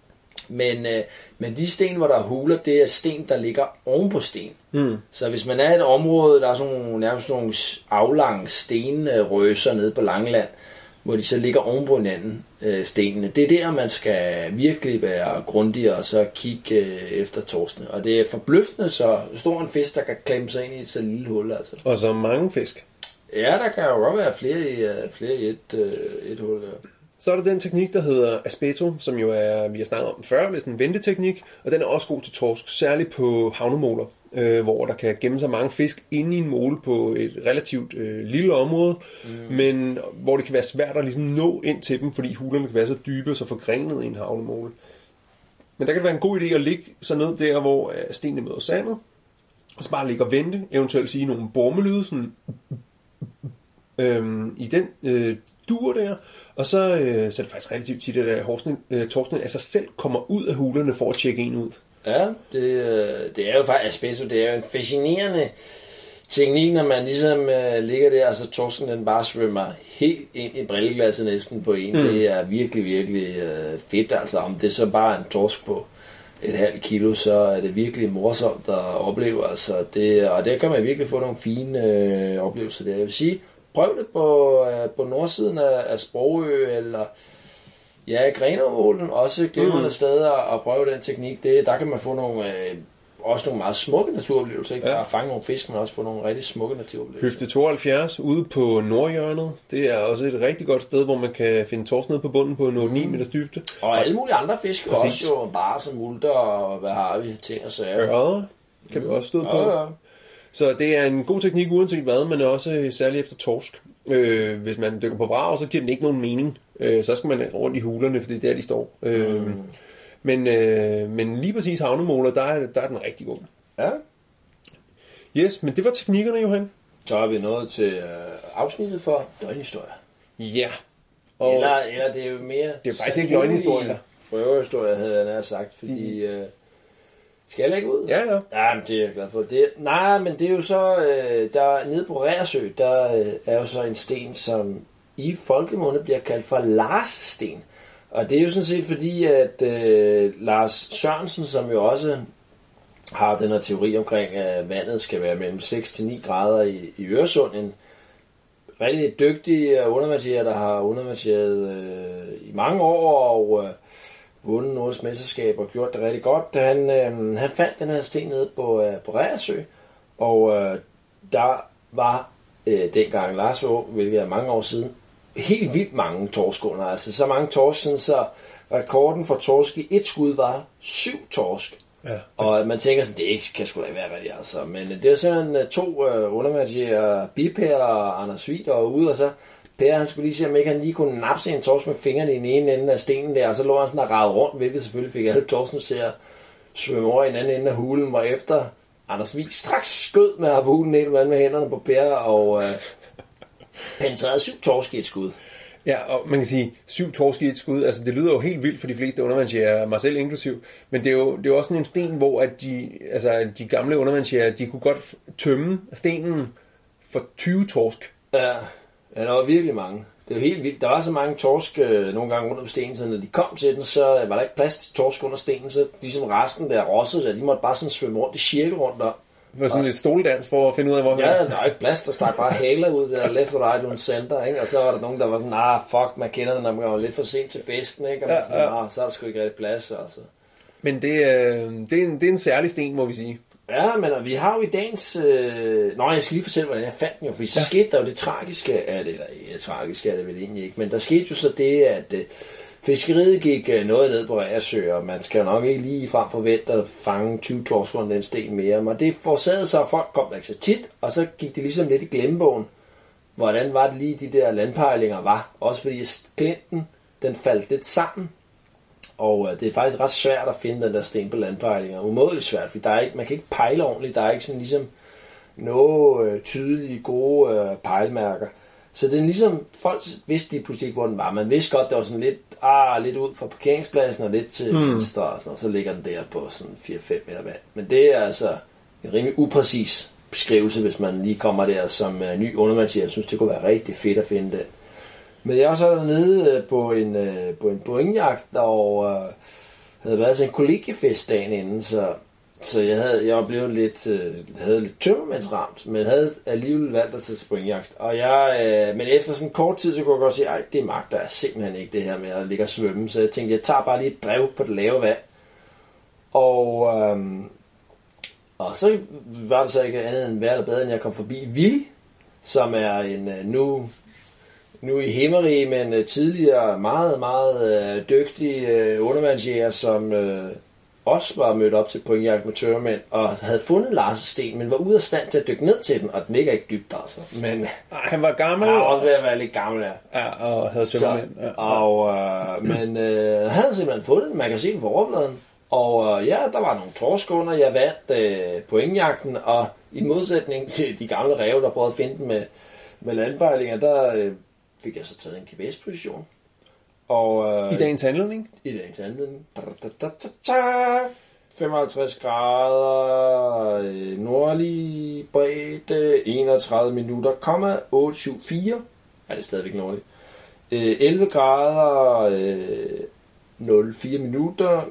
Men de sten, hvor der er huler, det er sten, der ligger oven på sten. Så hvis man er i et område, der er sådan nærmest nogle aflange stenrøser nede på Langeland, hvor de så ligger oven på hinanden, stenene. Det er der, man skal virkelig være grundig og så kigge efter torskene. Og det er forbløffende, så stor en fisk, der kan klemme sig ind i et så lille hul. Altså. Og så mange fisk. Ja, der kan jo godt være flere i et hul. Ja. Så er der den teknik, der hedder aspeto, som jo er, vi har snakket om før, det er sådan en venteteknik, og den er også god til torsk, særligt på havnemoler, hvor der kan gemme sig mange fisk inde i en mole på et relativt lille område, men hvor det kan være svært at ligesom nå ind til dem, fordi hulerne kan være så dybe og så forgrenet i en havnemole. Men der kan det være en god idé at ligge så ned der, hvor stenene møder sandet, og så bare ligge og vente, eventuelt sige nogle bormelyde, sådan i den dur der. Og så er det faktisk relativt tit, at torskene af sig selv kommer ud af hulerne for at tjekke en ud. Ja, det er jo faktisk aspeto, det er jo en fascinerende teknik, når man ligesom ligger der, og så torsken den bare svømmer helt ind i brilleglasset næsten på en. Det er virkelig, virkelig fedt, altså om det så bare er en torsk på et halvt kilo, så er det virkelig morsomt at opleve, altså og der kan man virkelig få nogle fine oplevelser der. Jeg vil sige, prøv det på nordsiden af Sprogø, eller Grenaamålen, også glimrende steder, og prøve den teknik. Der kan man få også nogle meget smukke naturoplevelser. Ikke bare fange nogle fisk, men også få nogle rigtig smukke naturoplevelser. Høfde 72 ude på nordhjørnet. Det er også et rigtig godt sted, hvor man kan finde torsk nede på bunden på 8-9 meters dybde. Og alle mulige andre fisk også jo, bare som multer og hvad har vi, ting og sager. Ørder kan vi også støde på. Ja. Så det er en god teknik uanset hvad, men også særligt efter torsk. Hvis man dykker på vrag, så giver den ikke nogen mening. Så skal man rundt i hulerne, for det er der, de står. Men lige præcis havnemåler, der er den rigtig god. Ja. Yes, men det var teknikkerne, Johan. Så er vi nået til afsnittet for døgnhistorier. Ja. Og eller det er jo mere... Det er faktisk ikke løgnhistorier. Prøvehistorier, havde jeg nær sagt, fordi... Skal jeg lægge ud? Ja. Ja, men det er jeg glad for. Nej, men det er jo så... der nede på Reersø, der er jo så en sten, som i folkemunde bliver kaldt for Lars-sten. Og det er jo sådan set fordi, at Lars Sørensen, som jo også har den her teori omkring, at vandet skal være mellem 6 til 9 grader i Øresund. En rigtig dygtig undervandsjæger, der har undervandsjæget i mange år og vundet Nordisk Mesterskab og gjort det rigtig godt. Han fandt den her sten nede på Reersø, og der var dengang Lars var, hvilket er mange år siden, helt vildt mange torskeunder. Altså så mange torsk, sådan så rekorden for torsk i et skud var 7 torsk. Ja. Og man tænker sådan, det kan sgu da ikke være rigtigt, altså. Men det er simpelthen 2 undervandsjæger, Bipær og Anders Hvidt, og ude, og så Per, han skulle lige se, om ikke han lige kunne napse en torsk med fingrene i den ene ende af stenen der, og så lå han sådan og ragede rundt, hvilket selvfølgelig fik alle torsken til at svømme over i den anden ende af hulen, hvor efter Anders Hvidt straks skød med harpunen ind med hænderne på Per, og penetrerede 7 torsk i et skud. Ja, og man kan sige, 7 torsk i et skud, altså det lyder jo helt vildt for de fleste undervandsjæger, mig selv inklusiv, men det er jo også sådan en sten, hvor at de gamle undervandsjæger, de kunne godt tømme stenen for 20 torsk. Ja, der var virkelig mange. Det er jo helt vildt. Der var så mange torsk nogle gange under stenen, så når de kom til den, så var der ikke plads til torsk under stenen, så ligesom resten der rossede der, de måtte bare sådan svømme rundt i cirkel rundt om. Det var sådan lidt stoledans for at finde ud af, hvor... Ja, der var ikke plads, der stak bare haler ud der, left og right on center, ikke? Og så var der nogen, der var sådan, fuck, man kender det, når man var lidt for sent til festen, ikke? Og man sådan, så er der sgu ikke rigtig plads, altså. Men det er en særlig sten, må vi sige. Ja, men vi har jo i dagens... jeg skal lige fortælle, hvordan jeg fandt den jo, fordi så skete der jo det tragiske af det, eller tragiske er det vel egentlig ikke, men der skete jo så det, at fiskeriet gik noget ned på Reersø, og man skal jo nok ikke lige frem forvente at fange 20 torsk under den sten mere, men det forårsagede så, at folk kom der ikke så tit, og så gik det ligesom lidt i glemmebogen, hvordan var det lige de der landpejlinger var, også fordi klinten, den faldt lidt sammen, og det er faktisk ret svært at finde den der sten på landpejlinger, umådeligt svært, fordi der er ikke, man kan ikke pejle ordentligt, der er ikke sådan ligesom noget tydelige, gode pejlemærker. Så det er ligesom, folk vidste lige pludselig ikke, hvor den var. Man vidste godt, det var sådan lidt ud fra parkeringspladsen og lidt til venstre, og så ligger den der på sådan 4-5 meter vand. Men det er altså en rimelig upræcis beskrivelse, hvis man lige kommer der som ny undervandsjæger. Jeg synes, det kunne være rigtig fedt at finde den. Men jeg var så dernede på en pointjagt, og havde været til en kollegiefest dagen inden, så jeg var blevet havde lidt tømmermandsramt, men havde alligevel valgt at tage til pointjagt. Og men efter sådan en kort tid, så kunne jeg godt sige, ej, det magter jeg simpelthen ikke, det her med at ligge og svømme. Så jeg tænkte, jeg tager bare lige et brev på det lave vand. Og så var det så ikke andet end værre eller bedre, end jeg kom forbi Willy, som er en nu i Himmerige, men tidligere meget, meget dygtig undervandsjæger, som også var mødt op til pointjagt med tørmænd, og havde fundet Lars' sten, men var ude af stand til at dykke ned til den, og den ligger ikke dybt, altså. Men han var gammel. Han var også ved at være lidt gammel, ja. Ja, og havde tørmænd. Ja. Men han havde simpelthen fundet en magasin på overfladen, og der var nogle torskeunder, jeg vandt pointjagten, og i modsætning til de gamle ræve, der prøvede at finde den med landpejlinger, der fik jeg så taget en GPS-position. Og, I dagens anledning? I dagens anledning. 55 grader, nordlig bredde, 31 minutter, 874. Ja, det er stadigvæk nordligt. 11 grader, 04 minutter,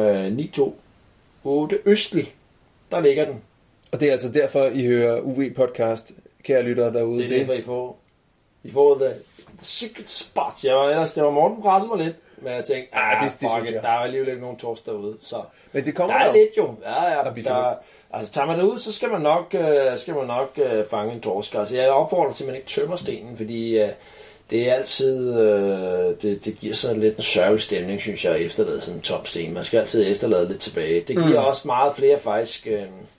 928 østlig. Der ligger den. Og det er altså derfor, I hører UV-podcast, kære lyttere derude. Det er derfor, I får the secret spot. Det var Morten presset mig lidt, men jeg tænkte, der er alligevel ikke nogen torsk derude. Så men det kommer der er lidt jo. Altså tager man det ud, så skal man nok fange en torsk. Altså jeg opfordrer til, at man ikke tømmer stenen, fordi det er altid, det giver sådan lidt en sørgelig stemning, synes jeg, at efterlade sådan en tom sten. Man skal altid efterlade lidt tilbage. Det giver også meget flere faktisk...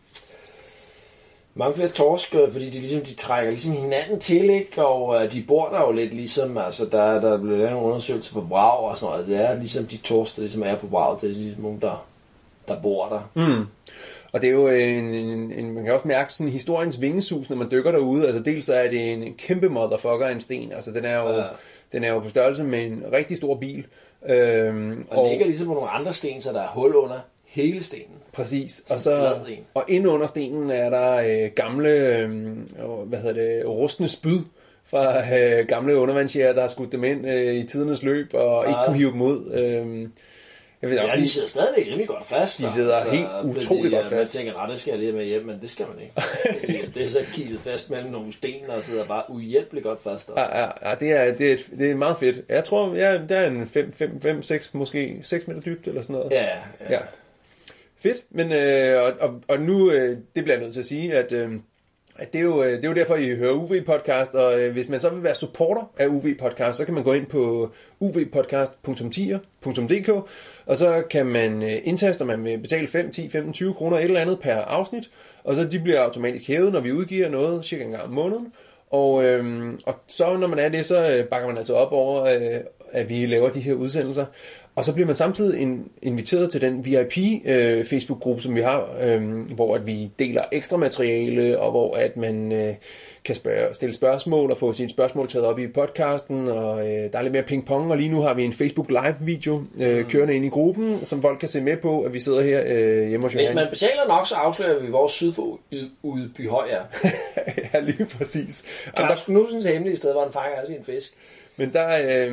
mange flere torsk, fordi de trækker ligesom hinanden til, ikke? Og de bor der jo lidt ligesom, altså der er blevet lavet en undersøgelse på Vrag og sådan noget, altså det er ligesom de torsk, der ligesom er på Vrag, det er ligesom nogen, der bor der. Og det er jo man kan også mærke sådan historiens vingesus, når man dykker derude, altså dels så er det en kæmpe motherfucker af en sten, altså den er jo på størrelse med en rigtig stor bil. Og ligger ligesom på nogle andre sten, så der er hul under hele stenen. Præcis. Og inde under stenen er der gamle, rustne spyd fra gamle undervandsjæger, der har skudt dem ind i tidernes løb og ikke kunne hive dem ud. Jeg vil også de sidder stadigvæk rimelig godt fast. De sidder helt utroligt godt fast. Man tænker, nej, det skal jeg lige med hjem, men det skal man ikke. Det er så kigget fast mellem nogle sten, og sidder bare uhjælpeligt godt fast. Ja, det er meget fedt. Jeg tror, der er en 5-6, måske 6 meter dybt, eller sådan noget. Ja. Fedt, men og nu, det bliver jeg nødt til at sige, at det er jo derfor, I hører UV-podcast, og hvis man så vil være supporter af UV-podcast, så kan man gå ind på uvpodcast.tier.dk, og så kan man indtaste, om man vil betale 5, 10, 15, 20 kroner et eller andet per afsnit, og så de bliver automatisk hævet, når vi udgiver noget, cirka en gang om måneden. Og så når man er det, så bakker man altså op over, at vi laver de her udsendelser. Og så bliver man samtidig inviteret til den VIP Facebook-gruppe, som vi har, hvor at vi deler ekstra materiale, og hvor at man kan stille spørgsmål og få sine spørgsmål taget op i podcasten, og der er lidt mere ping-pong, og lige nu har vi en Facebook Live-video kørende ind i gruppen, som folk kan se med på, at vi sidder her hjemme hos Johan. Hvis man betaler nok, så afslører vi vores syd for Udbyhøj er. Ja, lige præcis. Claus Knudsens hemmelige sted, hvor han fanger altså en fisk. Men der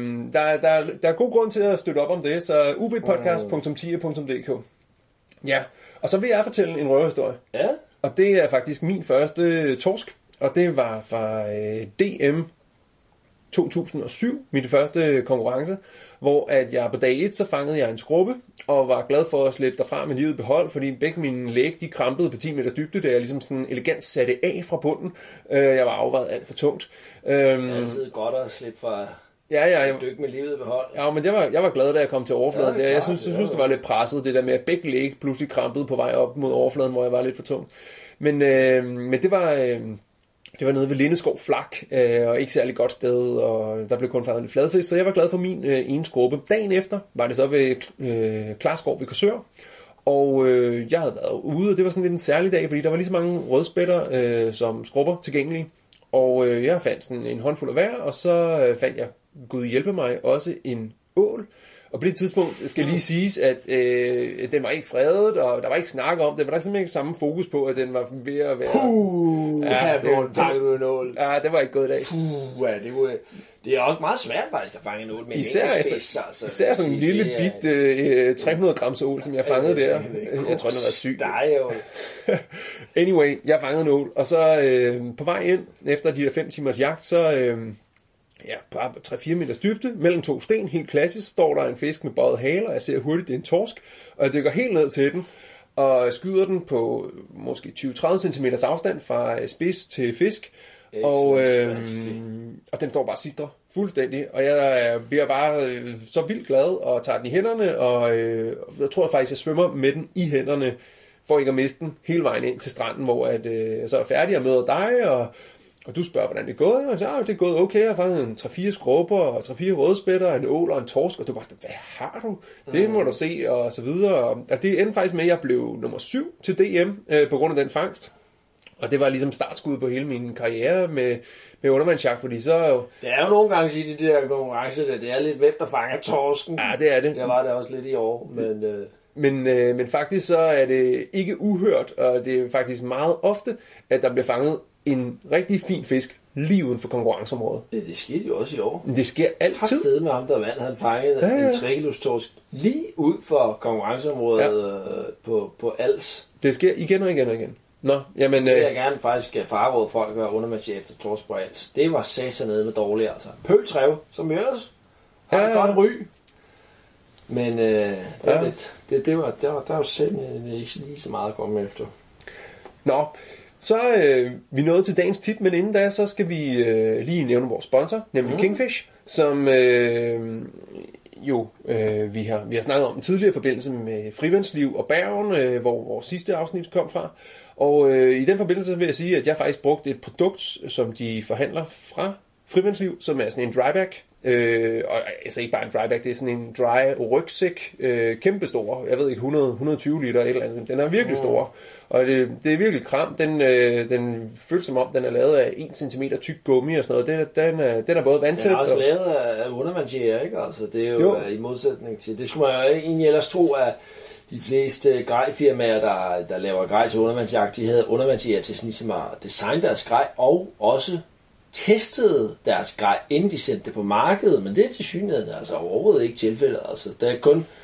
er god grund til at støtte op om det, så uvpodcast.tier.dk. Ja, og så vil jeg fortælle en røverhistorie. Ja. Og det er faktisk min første torsk, og det var fra DM 2007, mit første konkurrence, hvor at jeg på dag 1, så fangede jeg en skrubbe, og var glad for at slippe derfra med livet i behold, fordi begge mine læg, de krampede på 10 meters dybde, da jeg ligesom sådan elegant satte af fra bunden. Jeg var afvejet alt for tungt. Altid godt at slippe fra dykke med livet i behold. Ja, men jeg var glad, da jeg kom til overfladen. Ja, jeg synes, det var lidt presset, det der med, at begge læg pludselig krampede på vej op mod overfladen, hvor jeg var lidt for tung. Men det var... Det var nede ved Lindeskov Flak, og ikke særlig godt sted, og der blev kun fanget lidt fladfisk, så jeg var glad for min ene skrubbe. Dagen efter var det så ved Klarskov ved Korsør, og jeg havde været ude, og det var sådan lidt en særlig dag, fordi der var lige så mange rødspætter som skrubber tilgængelige, og jeg fandt sådan en håndfuld af hver, og så fandt jeg, Gud hjælpe mig, også en ål. Og på det tidspunkt skal lige siges, at den var ikke fredet, og der var ikke snak om det. Der var simpelthen ikke samme fokus på, at den var ved at være... Pakkede du en ål. Ja, det var ikke gået i dag. Det er også meget svært faktisk at fange en ål med især sådan en lille bit 300 grams ål, som jeg fangede der. Jeg tror, den var syg. Anyway, jeg fangede en ål, og så på vej ind, efter de der 5 timers jagt, så... bare 3-4 meters dybde, mellem 2 sten, helt klassisk, står der en fisk med bøjet hale, og jeg ser hurtigt, det er en torsk, og jeg dykker helt ned til den, og skyder den på måske 20-30 cm afstand fra spids til fisk, og den står bare og sidder fuldstændig, og jeg bliver bare så vildt glad, og tager den i hænderne, og jeg tror faktisk, jeg svømmer med den i hænderne, for ikke at miste den hele vejen ind til stranden, hvor jeg så er færdig og møder dig, og du spørger, hvordan det er gået, og så det er gået okay, jeg har fanget en 3-4 skrubber, og 3-4 rødspætter, en ål og en torsk, og du bare sådan, hvad har du? Det må du se, og så videre. Og det endte faktisk med, at jeg blev nummer 7 til DM, på grund af den fangst. Og det var ligesom startskud på hele min karriere med undervandsjagt, fordi så... Det er jo nogle gange at sige, de der konkurrencer, det er lidt hvem, der fanger torsken. Ja, det er det. Det var det også lidt i år, men... Men faktisk så er det ikke uhørt, og det er faktisk meget ofte, at der bliver fanget en rigtig fin fisk lige uden for konkurrenceområdet. Det skete jo også i år. Det sker altid. Har med ham, der vandt, han fangede en 3 kilos torsk lige ud for konkurrenceområdet på Als. Det sker igen og igen og igen. Nå, jamen... Det vil jeg gerne faktisk fraråde folk at være undermatcher efter torsk på Als. Det var satanede med dårligt, altså. Pøltræv, som vi ellers har et godt ry. Men det var jo simpelthen ikke lige så meget at komme efter. Nå, så vi nået til dagens tip, men inden da, så skal vi lige nævne vores sponsor, nemlig Kingfish, som vi har snakket om tidligere i forbindelse med Frivandsliv og Bergen, hvor vores sidste afsnit kom fra. Og i den forbindelse vil jeg sige, at jeg faktisk brugte et produkt, som de forhandler fra Frivandsliv, som er sådan en dryback. Og altså ikke bare en dryback, det er sådan en dry rygsæk, kæmpe stor, jeg ved ikke, 100-120 liter eller andet. Den er virkelig stor, og det er virkelig kram. Den føles som om, den er lavet af 1 cm tyk gummi og sådan noget. Den er både vandtæt. Den er også lavet af undervandsjæger, ikke? Altså, det er jo i modsætning til, det skulle man jo egentlig ellers tro, at de fleste grejfirmaer, der laver grej til undervandsjagt, de havde undervandsjæger til sådan at designe deres grej, og også testede deres grej, inden de sendte det på markedet, men det er til synligheden altså overhovedet ikke tilfældet. Altså, der er kun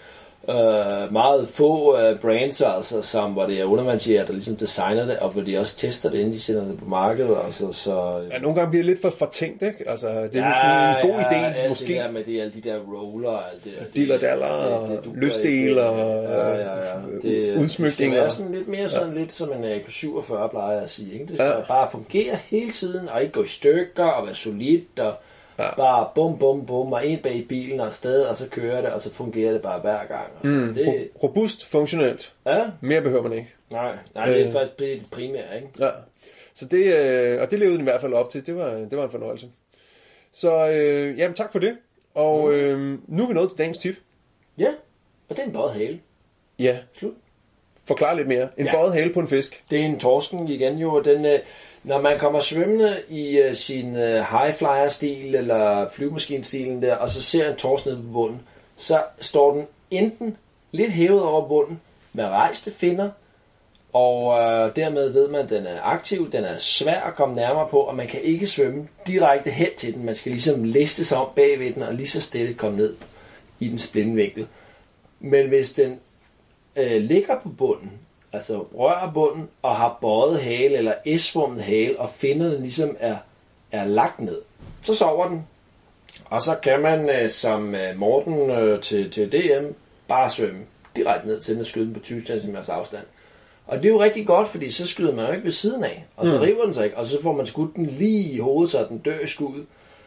meget få brands, altså, som, hvor det er undervandsjæger, der ligesom designer det, og hvor de også tester det, inden de sender det på markedet. Altså, så, ja, nogle gange bliver det lidt for tænkt, ikke? Altså, det er en god idé, alt måske. Det der med det, alle de der roller og alt det der. Diller og løsdel og udsmykninger. Det skal være sådan lidt mere sådan lidt som en AK-47 plejer at sige, ikke? Det skal bare fungere hele tiden, og ikke gå i stykker, og være solidt, og bare bum, bum, bum, og en bag bilen og afsted, og så kører det, og så fungerer det bare hver gang. Det... Robust, funktionelt. Ja. Mere behøver man ikke. Nej, det er faktisk det primære, ikke? Ja. Så det, og det levede den i hvert fald op til. Det var en fornøjelse. Så jamen, tak for det. Og nu er vi nået til dagens tip. Ja, og det er en bøjet hale. Ja. Slut. Forklar lidt mere. En bøjet hale på en fisk. Det er en torsken igen jo. Den, når man kommer svømmende i sin high flyer stil eller flyvemaskinstilen der, og så ser en torsk nede på bunden, så står den enten lidt hævet over bunden med rejste finner, og dermed ved man, at den er aktiv, den er svær at komme nærmere på, og man kan ikke svømme direkte hen til den. Man skal ligesom liste sig om bagved den, og lige så stille komme ned i den blindvinkel. Men hvis den ligger på bunden, altså rører bunden og har bøjet hale eller esvummet hale, og finnerne ligesom er lagt ned, så sover den. Og så kan man som Morten til DM bare svømme direkte ned til den og skyde den på 20 cm afstand. Og det er jo rigtig godt, fordi så skyder man jo ikke ved siden af, og så river den sig ikke, og så får man skudt den lige i hovedet, så den dør i skuddet.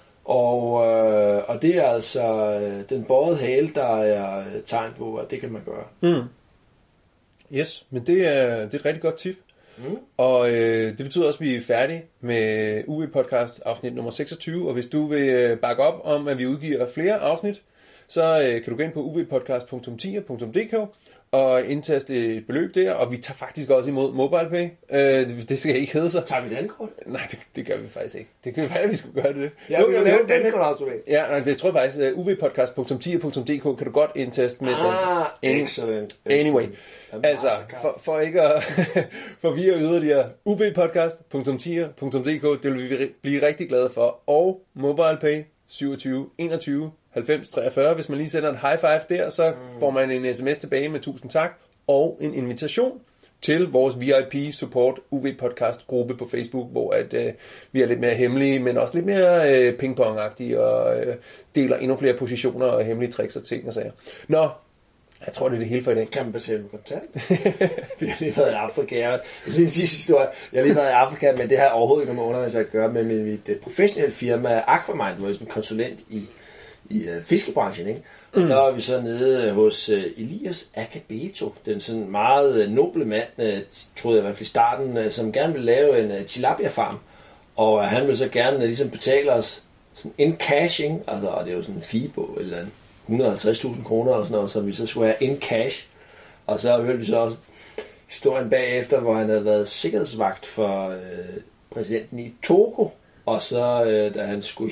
Og det er altså den bøjede hale, der er tegn på, at det kan man gøre. Yes, men det er et rigtig godt tip. Og det betyder også, at vi er færdige med UV-podcast afsnit nummer 26. Og hvis du vil bakke op om, at vi udgiver flere afsnit, så kan du gå ind på uvpodcast.10.dk og indtaste et beløb der, og vi tager faktisk også imod MobilePay. Det skal ikke hedde sig. Tager vi dankort? Nej, det gør vi faktisk ikke. Det kan være, at vi skulle gøre det. Ja, vi kan lave en dankortautomat. Ja, det tror jeg faktisk. uvpodcast.10.dk kan du godt indtaste med den. Excellent. Anyway, altså, for ikke at forvirre yderligere, uvpodcast.10.dk, det vil vi blive rigtig glade for. Og MobilePay 27 21 90 43. Hvis man lige sender en high five der, så får man en sms tilbage med 1000 tak og en invitation til vores VIP support UV podcast gruppe på Facebook, hvor vi er lidt mere hemmelige, men også lidt mere pingpong-agtige og deler endnu flere positioner og hemmelige tricks og ting og sager. Nå, jeg tror, det er det hele for i dag. Kan man betale med kontant? Vi har lige været i Afrika. Jeg lige en sidste historie. Jeg har lige været i Afrika, men det har overhovedet ikke noget med undervandsjagt at gøre med mit professionelle firma Aquamind, hvor jeg er en konsulent i fiskebranchen, ikke? Og der var vi så nede hos Elias Akabeto, den sådan meget noble mand, troede jeg i hvert fald i starten, som gerne ville lave en tilapia-farm. Og han ville så gerne ligesom betale os sådan en cashing, altså, og det er jo sådan en fee på eller 150.000 kroner eller sådan noget, så vi så skulle have in cash. Og så hørte vi så også historien bagefter, hvor han havde været sikkerhedsvagt for præsidenten i Togo. Og så da han skulle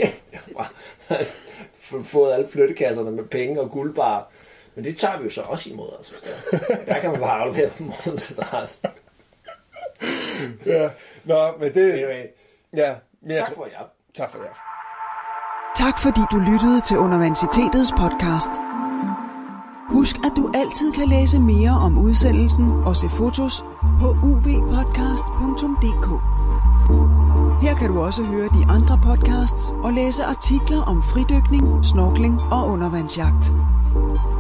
fået alle flyttekasserne med penge og guldbar. Men det tager vi jo så også imod, altså. Der kan man bare aflevere på morgens adresse. Ja, nå, men det... Anyway. Ja, tak for jer. Tak for jer. Tak fordi du lyttede til Universitetets podcast. Husk, at du altid kan læse mere om udsendelsen og se fotos på uvpodcast.dk. Her kan du også høre de andre podcasts og læse artikler om fridykning, snorkling og undervandsjagt.